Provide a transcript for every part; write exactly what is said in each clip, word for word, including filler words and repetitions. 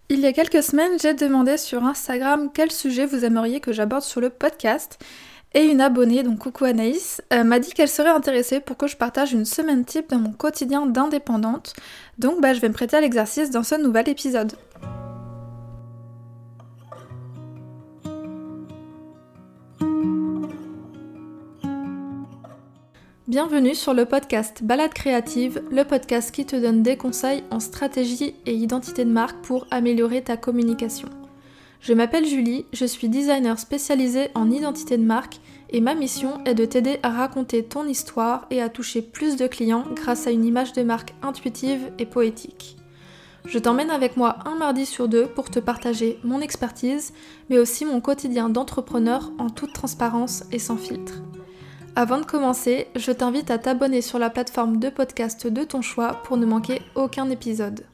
Il y a quelques semaines, j'ai demandé sur Instagram quel sujet vous aimeriez que j'aborde sur le podcast. Et une abonnée, donc coucou Anaïs, euh, m'a dit qu'elle serait intéressée pour que je partage une semaine type dans mon quotidien d'indépendante. Donc bah, je vais me prêter à l'exercice dans ce nouvel épisode. Bienvenue sur le podcast Balade créative, le podcast qui te donne des conseils en stratégie et identité de marque pour améliorer ta communication. Je m'appelle Julie, je suis designer spécialisée en identité de marque et ma mission est de t'aider à raconter ton histoire et à toucher plus de clients grâce à une image de marque intuitive et poétique. Je t'emmène avec moi un mardi sur deux pour te partager mon expertise, mais aussi mon quotidien d'entrepreneur en toute transparence et sans filtre. Avant de commencer, je t'invite à t'abonner sur la plateforme de podcast de ton choix pour ne manquer aucun épisode.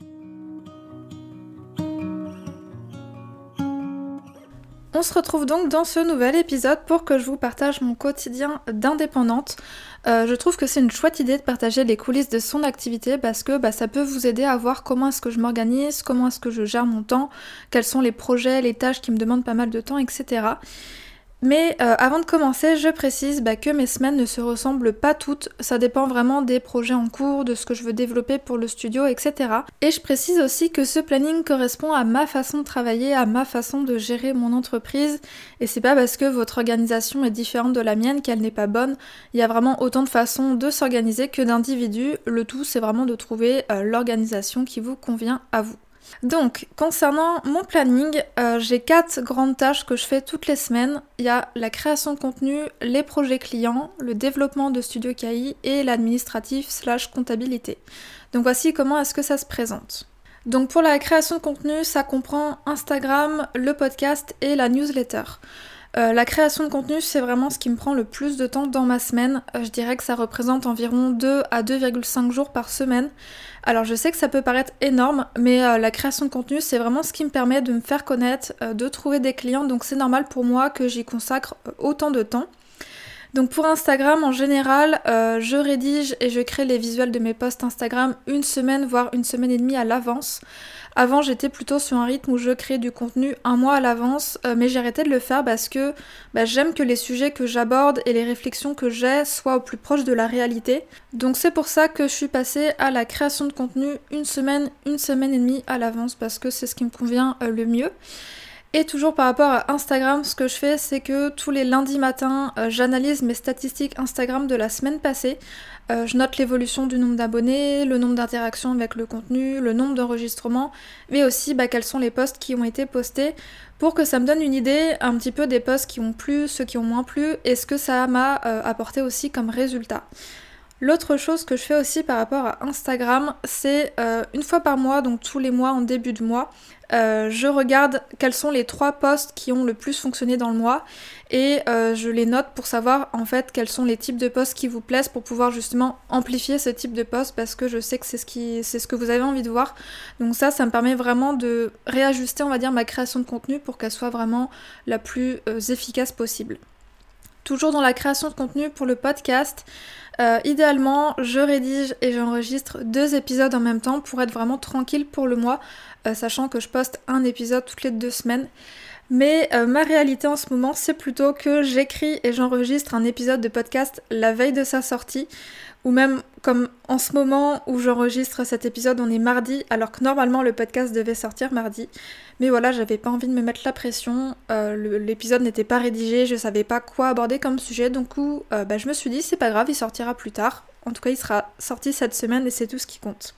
On se retrouve donc dans ce nouvel épisode pour que je vous partage mon quotidien d'indépendante. Euh, je trouve que c'est une chouette idée de partager les coulisses de son activité parce que bah, ça peut vous aider à voir comment est-ce que je m'organise, comment est-ce que je gère mon temps, quels sont les projets, les tâches qui me demandent pas mal de temps, et cetera. Mais euh, avant de commencer, je précise bah, que mes semaines ne se ressemblent pas toutes, ça dépend vraiment des projets en cours, de ce que je veux développer pour le studio, et cetera. Et je précise aussi que ce planning correspond à ma façon de travailler, à ma façon de gérer mon entreprise, et c'est pas parce que votre organisation est différente de la mienne qu'elle n'est pas bonne, il y a vraiment autant de façons de s'organiser que d'individus, le tout c'est vraiment de trouver euh, l'organisation qui vous convient à vous. Donc, concernant mon planning, euh, j'ai quatre grandes tâches que je fais toutes les semaines. Il y a la création de contenu, les projets clients, le développement de Studio K I et l'administratif slash comptabilité. Donc voici comment est-ce que ça se présente. Donc pour la création de contenu, ça comprend Instagram, le podcast et la newsletter. Euh, la création de contenu, c'est vraiment ce qui me prend le plus de temps dans ma semaine. Euh, je dirais que ça représente environ deux à deux virgule cinq jours par semaine. Alors je sais que ça peut paraître énorme, mais euh, la création de contenu, c'est vraiment ce qui me permet de me faire connaître, euh, de trouver des clients, donc c'est normal pour moi que j'y consacre euh, autant de temps. Donc pour Instagram, en général, euh, je rédige et je crée les visuels de mes posts Instagram une semaine, voire une semaine et demie à l'avance. Avant, j'étais plutôt sur un rythme où je créais du contenu un mois à l'avance, euh, mais j'ai arrêté de le faire parce que bah, j'aime que les sujets que j'aborde et les réflexions que j'ai soient au plus proche de la réalité. Donc c'est pour ça que je suis passée à la création de contenu une semaine, une semaine et demie à l'avance, parce que c'est ce qui me convient euh, le mieux. Et toujours par rapport à Instagram, ce que je fais, c'est que tous les lundis matins, euh, j'analyse mes statistiques Instagram de la semaine passée. Euh, je note l'évolution du nombre d'abonnés, le nombre d'interactions avec le contenu, le nombre d'enregistrements, mais aussi bah, quels sont les posts qui ont été postés, pour que ça me donne une idée un petit peu des posts qui ont plu, ceux qui ont moins plu, et ce que ça m'a euh, apporté aussi comme résultat. L'autre chose que je fais aussi par rapport à Instagram, c'est euh, une fois par mois, donc tous les mois en début de mois, euh, je regarde quels sont les trois posts qui ont le plus fonctionné dans le mois et euh, je les note pour savoir en fait quels sont les types de posts qui vous plaisent pour pouvoir justement amplifier ce type de posts parce que je sais que c'est ce qui, c'est ce que vous avez envie de voir. Donc ça, ça me permet vraiment de réajuster, on va dire, ma création de contenu pour qu'elle soit vraiment la plus euh, efficace possible. Toujours dans la création de contenu pour le podcast, euh, idéalement, je rédige et j'enregistre deux épisodes en même temps pour être vraiment tranquille pour le mois, euh, sachant que je poste un épisode toutes les deux semaines. Mais euh, ma réalité en ce moment, c'est plutôt que j'écris et j'enregistre un épisode de podcast la veille de sa sortie, ou même comme en ce moment où j'enregistre cet épisode, on est mardi, alors que normalement le podcast devait sortir mardi. Mais voilà, j'avais pas envie de me mettre la pression, euh, le, l'épisode n'était pas rédigé, je savais pas quoi aborder comme sujet, donc coup, euh, bah, je me suis dit c'est pas grave, il sortira plus tard. En tout cas, il sera sorti cette semaine et c'est tout ce qui compte.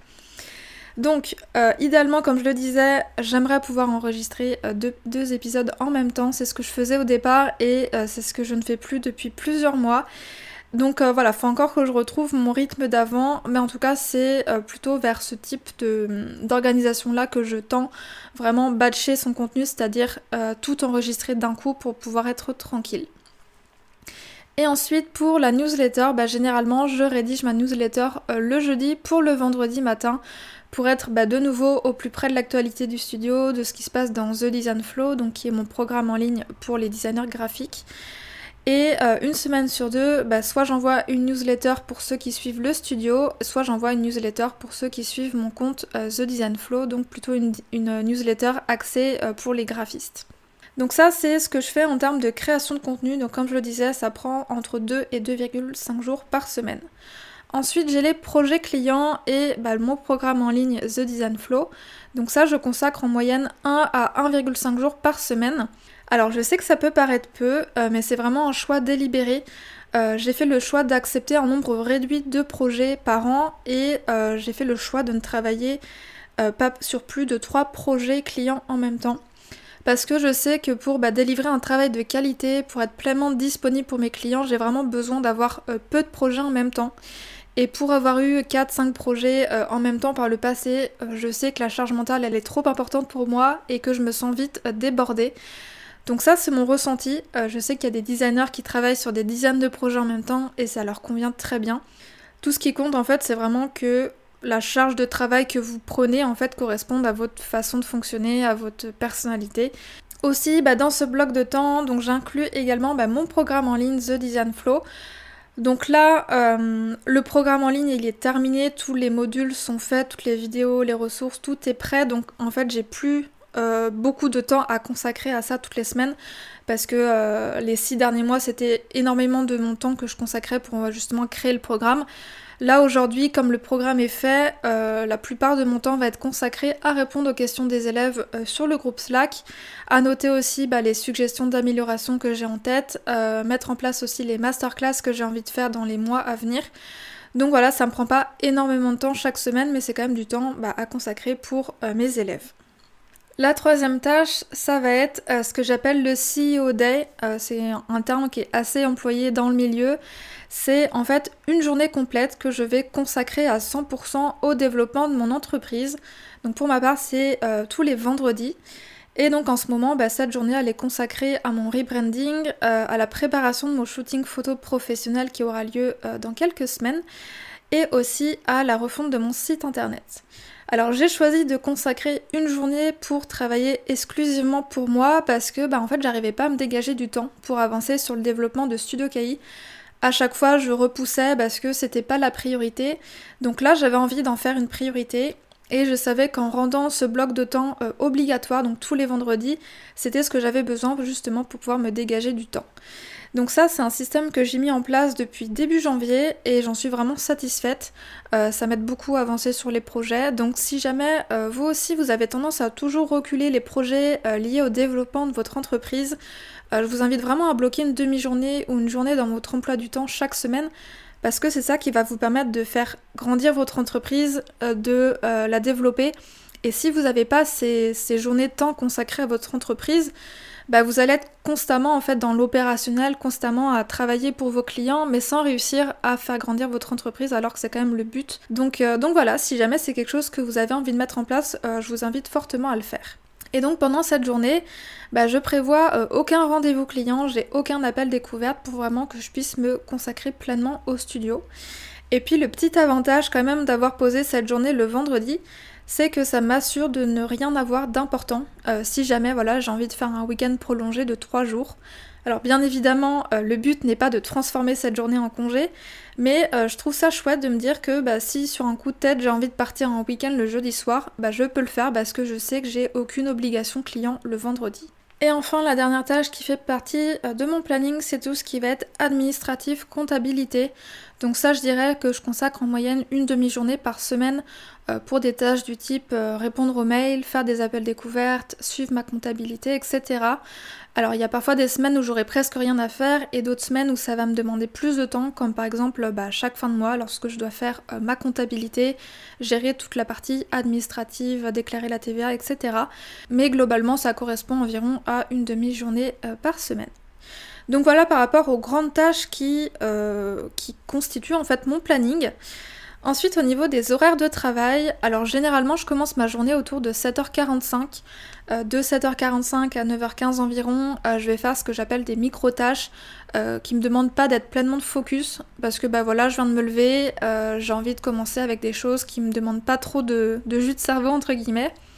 Donc, euh, idéalement, comme je le disais, j'aimerais pouvoir enregistrer euh, deux, deux épisodes en même temps. C'est ce que je faisais au départ et euh, c'est ce que je ne fais plus depuis plusieurs mois. Donc euh, voilà, faut encore que je retrouve mon rythme d'avant, mais en tout cas c'est euh, plutôt vers ce type de, d'organisation-là que je tends, vraiment batcher son contenu, c'est-à-dire euh, tout enregistrer d'un coup pour pouvoir être tranquille. Et ensuite pour la newsletter, bah, généralement je rédige ma newsletter euh, le jeudi pour le vendredi matin, pour être bah, de nouveau au plus près de l'actualité du studio, de ce qui se passe dans The Design Flow, donc qui est mon programme en ligne pour les designers graphiques. Et euh, une semaine sur deux, bah, soit j'envoie une newsletter pour ceux qui suivent le studio, soit j'envoie une newsletter pour ceux qui suivent mon compte euh, The Design Flow, donc plutôt une, une newsletter axée euh, pour les graphistes. Donc ça, c'est ce que je fais en termes de création de contenu. Donc comme je le disais, ça prend entre deux et deux virgule cinq jours par semaine. Ensuite, j'ai les projets clients et bah, mon programme en ligne The Design Flow. Donc ça, je consacre en moyenne un à un virgule cinq jours par semaine. Alors je sais que ça peut paraître peu, euh, mais c'est vraiment un choix délibéré. Euh, j'ai fait le choix d'accepter un nombre réduit de projets par an et euh, j'ai fait le choix de ne travailler euh, pas sur plus de trois projets clients en même temps. Parce que je sais que pour bah, délivrer un travail de qualité, pour être pleinement disponible pour mes clients, j'ai vraiment besoin d'avoir euh, peu de projets en même temps. Et pour avoir eu quatre cinq projets euh, en même temps par le passé, euh, je sais que la charge mentale elle est trop importante pour moi et que je me sens vite euh, débordée. Donc ça c'est mon ressenti, euh, je sais qu'il y a des designers qui travaillent sur des dizaines de projets en même temps et ça leur convient très bien. Tout ce qui compte en fait c'est vraiment que la charge de travail que vous prenez en fait corresponde à votre façon de fonctionner, à votre personnalité. Aussi bah, dans ce bloc de temps, donc j'inclus également bah, mon programme en ligne The Design Flow. Donc là, euh, le programme en ligne il est terminé, tous les modules sont faits, toutes les vidéos, les ressources, tout est prêt. Donc en fait j'ai plus Euh, beaucoup de temps à consacrer à ça toutes les semaines parce que euh, les six derniers mois c'était énormément de mon temps que je consacrais pour euh, justement créer le programme. Là aujourd'hui comme le programme est fait, euh, la plupart de mon temps va être consacré à répondre aux questions des élèves euh, sur le groupe Slack, à noter aussi bah, les suggestions d'amélioration que j'ai en tête, euh, mettre en place aussi les masterclass que j'ai envie de faire dans les mois à venir. Donc voilà, ça me prend pas énormément de temps chaque semaine mais c'est quand même du temps bah, à consacrer pour euh, mes élèves. La troisième tâche, ça va être euh, ce que j'appelle le C E O Day. Euh, c'est un terme qui est assez employé dans le milieu. C'est en fait une journée complète que je vais consacrer à cent pour cent au développement de mon entreprise. Donc pour ma part, c'est euh, tous les vendredis. Et donc en ce moment, bah, cette journée, elle est consacrée à mon rebranding, euh, à la préparation de mon shooting photo professionnel qui aura lieu euh, dans quelques semaines, et aussi à la refonte de mon site internet. Alors j'ai choisi de consacrer une journée pour travailler exclusivement pour moi parce que bah, en fait j'arrivais pas à me dégager du temps pour avancer sur le développement de Studio K I. À chaque fois je repoussais parce que c'était pas la priorité. Donc là j'avais envie d'en faire une priorité et je savais qu'en rendant ce bloc de temps euh, obligatoire, donc tous les vendredis, c'était ce que j'avais besoin justement pour pouvoir me dégager du temps. Donc ça c'est un système que j'ai mis en place depuis début janvier et j'en suis vraiment satisfaite. Euh, ça m'aide beaucoup à avancer sur les projets. Donc si jamais euh, vous aussi vous avez tendance à toujours reculer les projets euh, liés au développement de votre entreprise, euh, je vous invite vraiment à bloquer une demi-journée ou une journée dans votre emploi du temps chaque semaine parce que c'est ça qui va vous permettre de faire grandir votre entreprise, euh, de euh, la développer. Et si vous n'avez pas ces, ces journées de temps consacrées à votre entreprise, bah vous allez être constamment en fait dans l'opérationnel, constamment à travailler pour vos clients, mais sans réussir à faire grandir votre entreprise alors que c'est quand même le but. Donc, euh, donc voilà, si jamais c'est quelque chose que vous avez envie de mettre en place, euh, je vous invite fortement à le faire. Et donc pendant cette journée, bah, je prévois euh, aucun rendez-vous client, j'ai aucun appel découverte pour vraiment que je puisse me consacrer pleinement au studio. Et puis le petit avantage quand même d'avoir posé cette journée le vendredi, c'est que ça m'assure de ne rien avoir d'important euh, si jamais voilà, j'ai envie de faire un week-end prolongé de trois jours. Alors bien évidemment, euh, le but n'est pas de transformer cette journée en congé, mais euh, je trouve ça chouette de me dire que bah, si sur un coup de tête j'ai envie de partir en week-end le jeudi soir, bah, je peux le faire parce que je sais que j'ai aucune obligation client le vendredi. Et enfin, la dernière tâche qui fait partie de mon planning, c'est tout ce qui va être administratif, comptabilité. Donc ça, je dirais que je consacre en moyenne une demi-journée par semaine pour des tâches du type répondre aux mails, faire des appels découvertes, suivre ma comptabilité, et cetera. Alors il y a parfois des semaines où j'aurai presque rien à faire et d'autres semaines où ça va me demander plus de temps, comme par exemple bah, chaque fin de mois lorsque je dois faire euh, ma comptabilité, gérer toute la partie administrative, déclarer la T V A, et cetera. Mais globalement ça correspond environ à une demi-journée euh, par semaine. Donc voilà par rapport aux grandes tâches qui, euh, qui constituent en fait mon planning. Ensuite au niveau des horaires de travail, alors généralement je commence ma journée autour de sept heures quarante-cinq. Euh, de sept heures quarante-cinq à neuf heures quinze environ, euh, je vais faire ce que j'appelle des micro-tâches euh, qui me demandent pas d'être pleinement de focus parce que bah voilà je viens de me lever, euh, j'ai envie de commencer avec des choses qui me demandent pas trop de, de jus de cerveau entre guillemets.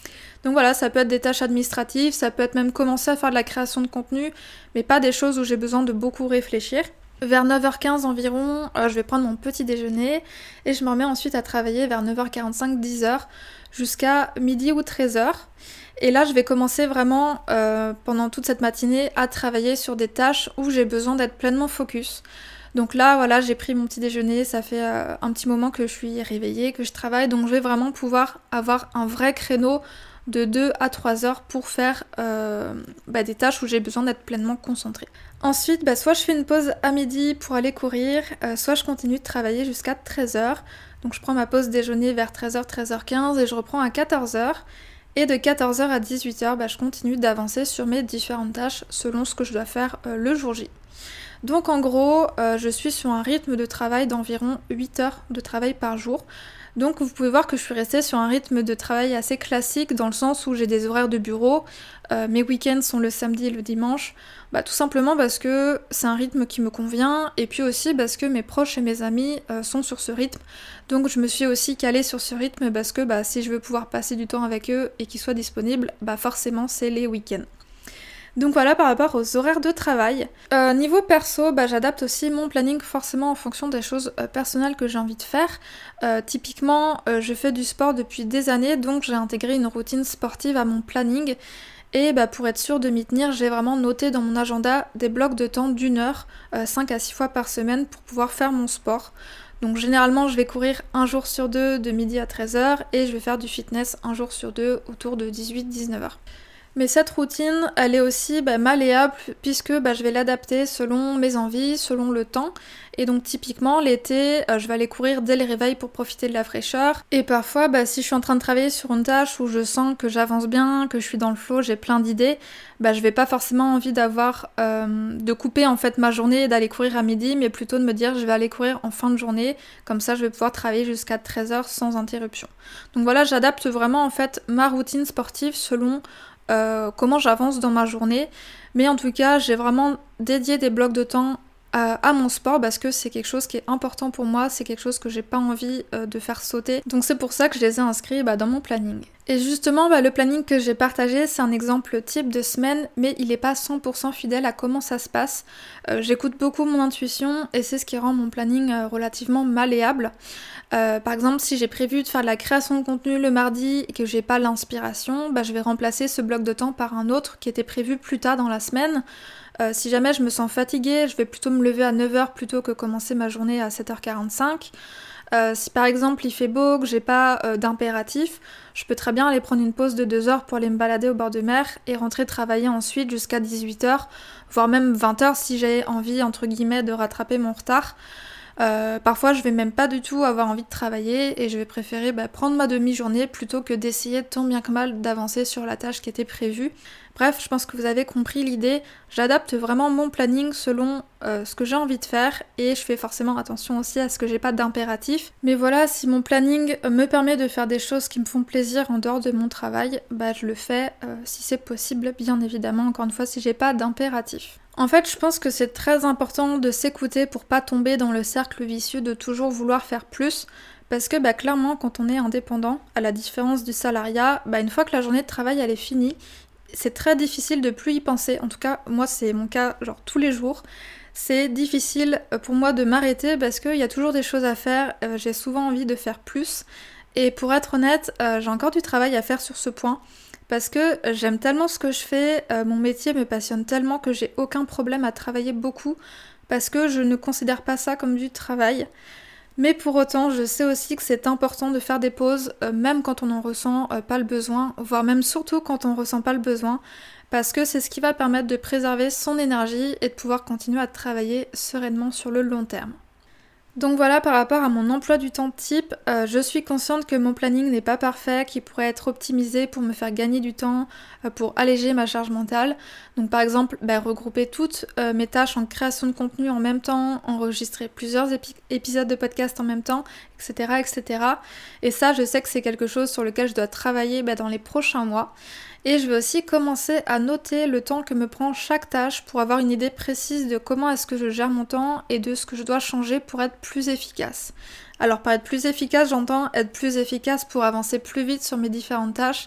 Donc voilà, ça peut être des tâches administratives, ça peut être même commencer à faire de la création de contenu, mais pas des choses où j'ai besoin de beaucoup réfléchir. Vers neuf heures quinze environ, euh, je vais prendre mon petit déjeuner et je me remets ensuite à travailler vers neuf heures quarante-cinq, dix heures jusqu'à midi ou treize heures. Et là, je vais commencer vraiment euh, pendant toute cette matinée à travailler sur des tâches où j'ai besoin d'être pleinement focus. Donc là, voilà, j'ai pris mon petit déjeuner, ça fait euh, un petit moment que je suis réveillée, que je travaille, donc je vais vraiment pouvoir avoir un vrai créneau de deux à trois heures pour faire euh, bah, des tâches où j'ai besoin d'être pleinement concentrée. Ensuite, bah, soit je fais une pause à midi pour aller courir, euh, soit je continue de travailler jusqu'à treize heures. Donc je prends ma pause déjeuner vers treize heures, treize heures quinze et je reprends à quatorze heures. Et de quatorze heures à dix-huit heures, bah, je continue d'avancer sur mes différentes tâches selon ce que je dois faire euh, le jour J. Donc en gros, euh, je suis sur un rythme de travail d'environ huit heures de travail par jour. Donc vous pouvez voir que je suis restée sur un rythme de travail assez classique dans le sens où j'ai des horaires de bureau, euh, mes week-ends sont le samedi et le dimanche, bah, tout simplement parce que c'est un rythme qui me convient et puis aussi parce que mes proches et mes amis euh, sont sur ce rythme. Donc je me suis aussi calée sur ce rythme parce que bah, si je veux pouvoir passer du temps avec eux et qu'ils soient disponibles, bah forcément c'est les week-ends. Donc voilà par rapport aux horaires de travail. Euh, niveau perso, bah, j'adapte aussi mon planning forcément en fonction des choses euh, personnelles que j'ai envie de faire. Euh, typiquement, euh, je fais du sport depuis des années, donc j'ai intégré une routine sportive à mon planning. Et bah, pour être sûre de m'y tenir, j'ai vraiment noté dans mon agenda des blocs de temps d'une heure, euh, cinq à six fois par semaine pour pouvoir faire mon sport. Donc généralement, je vais courir un jour sur deux de midi à treize heures et je vais faire du fitness un jour sur deux autour de dix-huit à dix-neuf heures. Mais cette routine, elle est aussi bah, malléable puisque bah, je vais l'adapter selon mes envies, selon le temps. Et donc typiquement l'été, euh, je vais aller courir dès le réveil pour profiter de la fraîcheur. Et parfois, bah, si je suis en train de travailler sur une tâche où je sens que j'avance bien, que je suis dans le flow, j'ai plein d'idées, bah, je vais pas forcément envie d'avoir euh, de couper en fait ma journée et d'aller courir à midi, mais plutôt de me dire je vais aller courir en fin de journée. Comme ça, je vais pouvoir travailler jusqu'à treize heures sans interruption. Donc voilà, j'adapte vraiment en fait ma routine sportive selon Euh, comment j'avance dans ma journée, mais en tout cas j'ai vraiment dédié des blocs de temps à, à mon sport parce que c'est quelque chose qui est important pour moi, c'est quelque chose que j'ai pas envie euh, de faire sauter, donc c'est pour ça que je les ai inscrits bah, dans mon planning. Et justement bah, le planning que j'ai partagé c'est un exemple type de semaine, mais il est pas cent pour cent fidèle à comment ça se passe. Euh, j'écoute beaucoup mon intuition et c'est ce qui rend mon planning euh, relativement malléable. Euh, par exemple, si j'ai prévu de faire de la création de contenu le mardi et que j'ai pas l'inspiration, bah, je vais remplacer ce bloc de temps par un autre qui était prévu plus tard dans la semaine. Euh, si jamais je me sens fatiguée, je vais plutôt me lever à neuf heures plutôt que commencer ma journée à sept heures quarante-cinq. Euh, si par exemple il fait beau, que j'ai pas euh, d'impératif, je peux très bien aller prendre une pause de deux heures pour aller me balader au bord de mer et rentrer travailler ensuite jusqu'à dix-huit heures, voire même vingt heures si j'ai envie entre guillemets de rattraper mon retard. Euh, parfois je vais même pas du tout avoir envie de travailler et je vais préférer bah, prendre ma demi-journée plutôt que d'essayer tant bien que mal d'avancer sur la tâche qui était prévue. Bref, je pense que vous avez compris l'idée, j'adapte vraiment mon planning selon euh, ce que j'ai envie de faire et je fais forcément attention aussi à ce que j'ai pas d'impératif. Mais voilà, si mon planning me permet de faire des choses qui me font plaisir en dehors de mon travail, bah je le fais euh, si c'est possible, bien évidemment, encore une fois si j'ai pas d'impératif. En fait, je pense que c'est très important de s'écouter pour pas tomber dans le cercle vicieux de toujours vouloir faire plus. Parce que bah, clairement, quand on est indépendant, à la différence du salariat, bah, une fois que la journée de travail elle est finie, c'est très difficile de plus y penser. En tout cas, moi c'est mon cas genre tous les jours. C'est difficile pour moi de m'arrêter parce qu'il y a toujours des choses à faire, euh, j'ai souvent envie de faire plus. Et pour être honnête, euh, j'ai encore du travail à faire sur ce point. Parce que j'aime tellement ce que je fais, euh, mon métier me passionne tellement que j'ai aucun problème à travailler beaucoup parce que je ne considère pas ça comme du travail. Mais pour autant, je sais aussi que c'est important de faire des pauses, euh, même quand on n'en ressent euh, pas le besoin, voire même surtout quand on ne ressent pas le besoin, parce que c'est ce qui va permettre de préserver son énergie et de pouvoir continuer à travailler sereinement sur le long terme. Donc voilà, par rapport à mon emploi du temps type, euh, je suis consciente que mon planning n'est pas parfait, qu'il pourrait être optimisé pour me faire gagner du temps, euh, pour alléger ma charge mentale. Donc par exemple, bah, regrouper toutes euh, mes tâches en création de contenu en même temps, enregistrer plusieurs épi- épisodes de podcast en même temps, et cetera, et cetera. Et ça, je sais que c'est quelque chose sur lequel je dois travailler bah, dans les prochains mois. Et je vais aussi commencer à noter le temps que me prend chaque tâche pour avoir une idée précise de comment est-ce que je gère mon temps et de ce que je dois changer pour être plus efficace. Alors par être plus efficace, j'entends être plus efficace pour avancer plus vite sur mes différentes tâches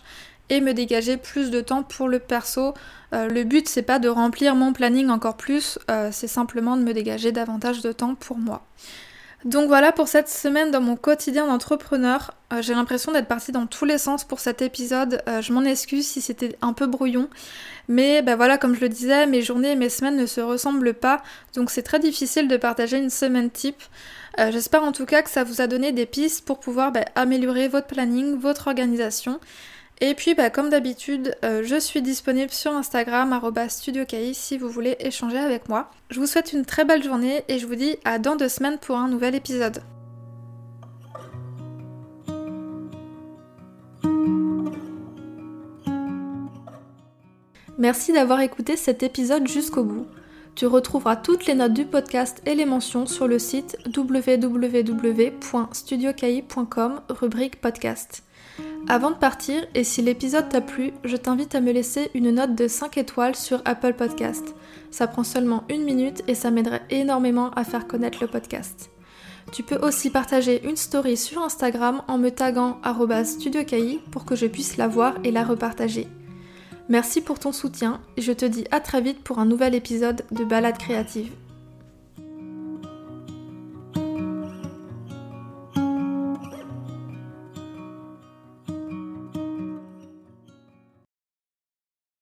et me dégager plus de temps pour le perso. Euh, le but c'est pas de remplir mon planning encore plus, euh, c'est simplement de me dégager davantage de temps pour moi. Donc voilà pour cette semaine dans mon quotidien d'entrepreneur. Euh, j'ai l'impression d'être partie dans tous les sens pour cet épisode. Euh, je m'en excuse si c'était un peu brouillon. Mais bah voilà, comme je le disais, mes journées et mes semaines ne se ressemblent pas. Donc c'est très difficile de partager une semaine type. Euh, j'espère en tout cas que ça vous a donné des pistes pour pouvoir bah, améliorer votre planning, votre organisation. Et puis bah, comme d'habitude, euh, je suis disponible sur Instagram arobase studio k i si vous voulez échanger avec moi. Je vous souhaite une très belle journée et je vous dis à dans deux semaines pour un nouvel épisode. Merci d'avoir écouté cet épisode jusqu'au bout. Tu retrouveras toutes les notes du podcast et les mentions sur le site w w w point studio k i point com rubrique podcast. Avant de partir, et si l'épisode t'a plu, je t'invite à me laisser une note de cinq étoiles sur Apple Podcast. Ça prend seulement une minute et ça m'aiderait énormément à faire connaître le podcast. Tu peux aussi partager une story sur Instagram en me taguant arobase studio k i pour que je puisse la voir et la repartager. Merci pour ton soutien et je te dis à très vite pour un nouvel épisode de Balade créative.